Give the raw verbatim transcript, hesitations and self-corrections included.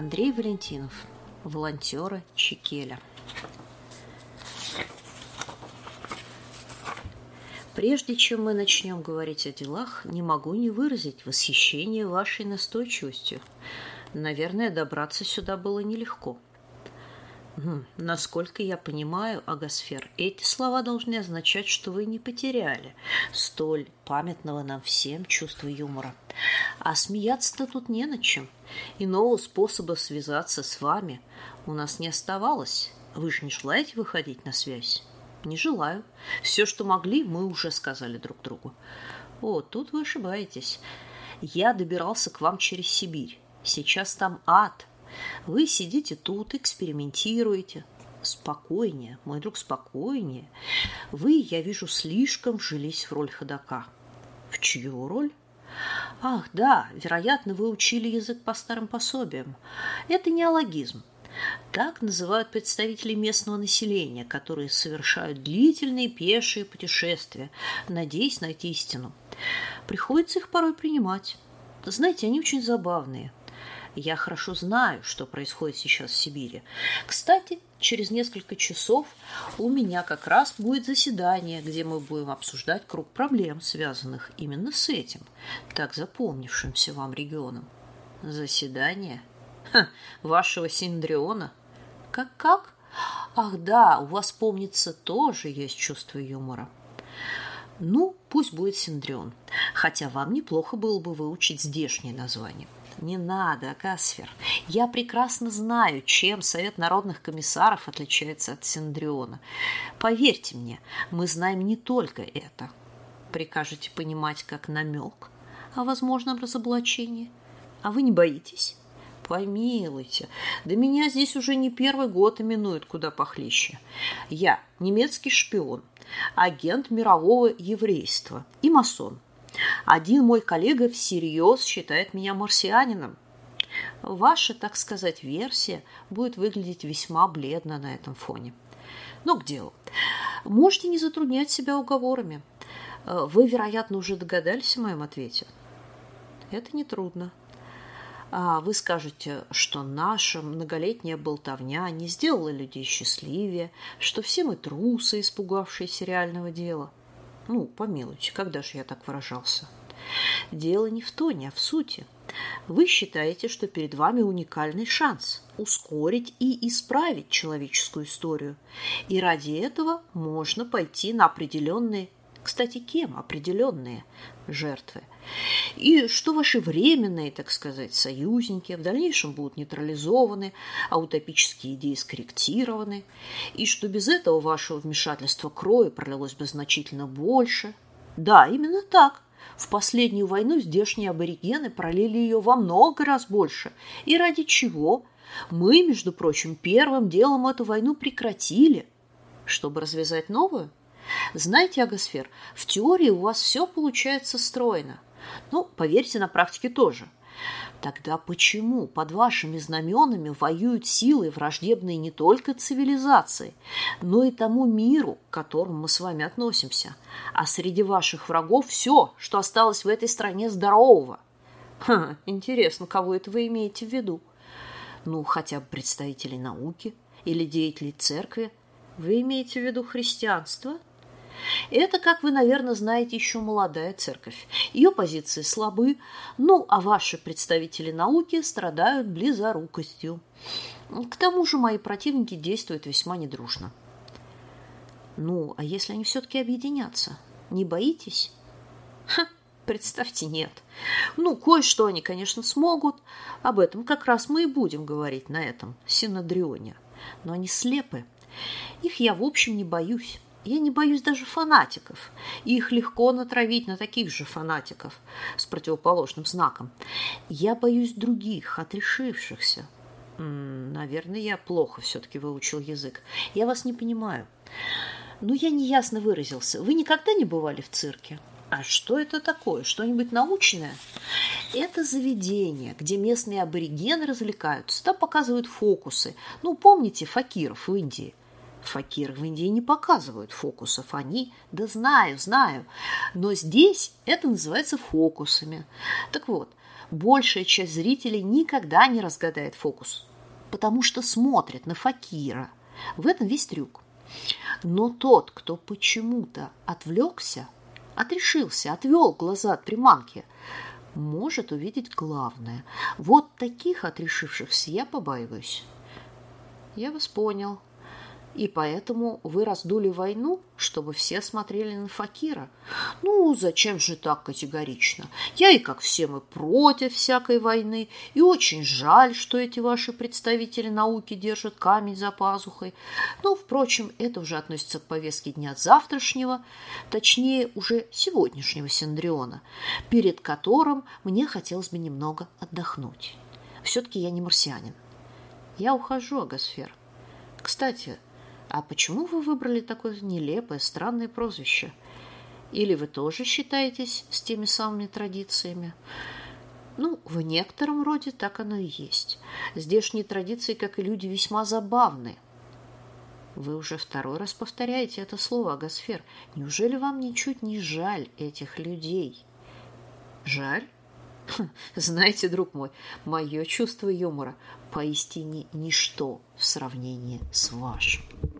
Андрей Валентинов. Волонтеры Чекеля. Прежде чем мы начнем говорить о делах, не могу не выразить восхищение вашей настойчивостью. Наверное, добраться сюда было нелегко. Хм, насколько я понимаю, Агасфер, эти слова должны означать, что вы не потеряли столь памятного нам всем чувства юмора. А смеяться-то тут не над чем. Иного способа связаться с вами у нас не оставалось. Вы же не желаете выходить на связь? Не желаю. Все, что могли, мы уже сказали друг другу. О, тут вы ошибаетесь. Я добирался к вам через Сибирь. Сейчас там ад. Вы сидите тут, экспериментируете. Спокойнее, мой друг, спокойнее. Вы, я вижу, слишком вжились в роль ходока. В чью роль? Ах, да, вероятно, вы учили язык по старым пособиям. Это неологизм. Так называют представителей местного населения, которые совершают длительные пешие путешествия, надеясь найти истину. Приходится их порой принимать. Знаете, они очень забавные. Я хорошо знаю, что происходит сейчас в Сибири. Кстати, через несколько часов у меня как раз будет заседание, где мы будем обсуждать круг проблем, связанных именно с этим, так запомнившимся вам регионом. Заседание? Ха, вашего Синдриона? Как-как? Ах да, у вас, помнится, тоже есть чувство юмора. Ну, пусть будет Синдрион, хотя вам неплохо было бы выучить здешнее название. Не надо, Агасфер. Я прекрасно знаю, чем Совет народных комиссаров отличается от Синдриона. Поверьте мне, мы знаем не только это. Прикажете понимать как намек о возможном разоблачении? А вы не боитесь? Помилуйте, да меня здесь уже не первый год именуют куда похлеще. Я немецкий шпион, агент мирового еврейства и масон. Один мой коллега всерьез считает меня марсианином. Ваша, так сказать, версия будет выглядеть весьма бледно на этом фоне. Но к делу. Можете не затруднять себя уговорами. Вы, вероятно, уже догадались о моем ответе. Это нетрудно. Вы скажете, что наша многолетняя болтовня не сделала людей счастливее, что все мы трусы, испугавшиеся реального дела. Ну, помилуйте, когда же я так выражался? Дело не в тоне, а в сути. Вы считаете, что перед вами уникальный шанс ускорить и исправить человеческую историю. И ради этого можно пойти на определенные, кстати, кем определенные жертвы. И что ваши временные, так сказать, союзники в дальнейшем будут нейтрализованы, а утопические идеи скорректированы, и что без этого вашего вмешательства крови пролилось бы значительно больше. Да, именно так. В последнюю войну здешние аборигены пролили ее во много раз больше. И ради чего? Мы, между прочим, первым делом эту войну прекратили, чтобы развязать новую. Знаете, Агасфер, в теории у вас все получается стройно. Ну, поверьте, на практике тоже. Тогда почему под вашими знаменами воюют силы, враждебные не только цивилизации, но и тому миру, к которому мы с вами относимся? А среди ваших врагов все, что осталось в этой стране здорового. Ха, интересно, кого это вы имеете в виду? Ну, хотя бы представителей науки или деятелей церкви. Вы имеете в виду христианство? Это, как вы, наверное, знаете, еще молодая церковь. Ее позиции слабы, ну, а ваши представители науки страдают близорукостью. К тому же мои противники действуют весьма недружно. Ну, а если они все-таки объединятся, не боитесь? Ха, представьте, нет. Ну, кое-что они, конечно, смогут. Об этом как раз мы и будем говорить на этом синодрионе. Но они слепы. Их я, в общем, не боюсь. Я не боюсь даже фанатиков. Их легко натравить на таких же фанатиков с противоположным знаком. Я боюсь других, отрешившихся. М-м, наверное, я плохо все-таки выучил язык. Я вас не понимаю. Ну, я неясно выразился. Вы никогда не бывали в цирке? А что это такое? Что-нибудь научное? Это заведение, где местные аборигены развлекаются. Там показывают фокусы. Ну, помните факиров в Индии? Факиры в Индии не показывают фокусов. Они, да знаю, знаю. Но здесь это называется фокусами. Так вот, Большая часть зрителей никогда не разгадает фокус, потому что смотрят на факира. В этом весь трюк. Но тот, кто почему-то отвлекся, отрешился, отвел глаза от приманки, может увидеть главное. Вот таких отрешившихся я побаиваюсь. Я вас понял. И поэтому вы раздули войну, чтобы все смотрели на факира? Ну, зачем же так категорично? Я и как все мы против всякой войны, и очень жаль, что эти ваши представители науки держат камень за пазухой. Но, впрочем, это уже относится к повестке дня завтрашнего, точнее, уже сегодняшнего Синдриона, перед которым мне хотелось бы немного отдохнуть. Все-таки я не марсианин. Я ухожу, Агасфер. Кстати, а почему вы выбрали такое нелепое, странное прозвище? Или вы тоже считаетесь с теми самыми традициями? Ну, в некотором роде так оно и есть. Здешние традиции, как и люди, весьма забавны. Вы уже второй раз повторяете это слово, Агасфер. Неужели вам ничуть не жаль этих людей? Жаль? Знаете, друг мой, мое чувство юмора поистине ничто в сравнении с вашим.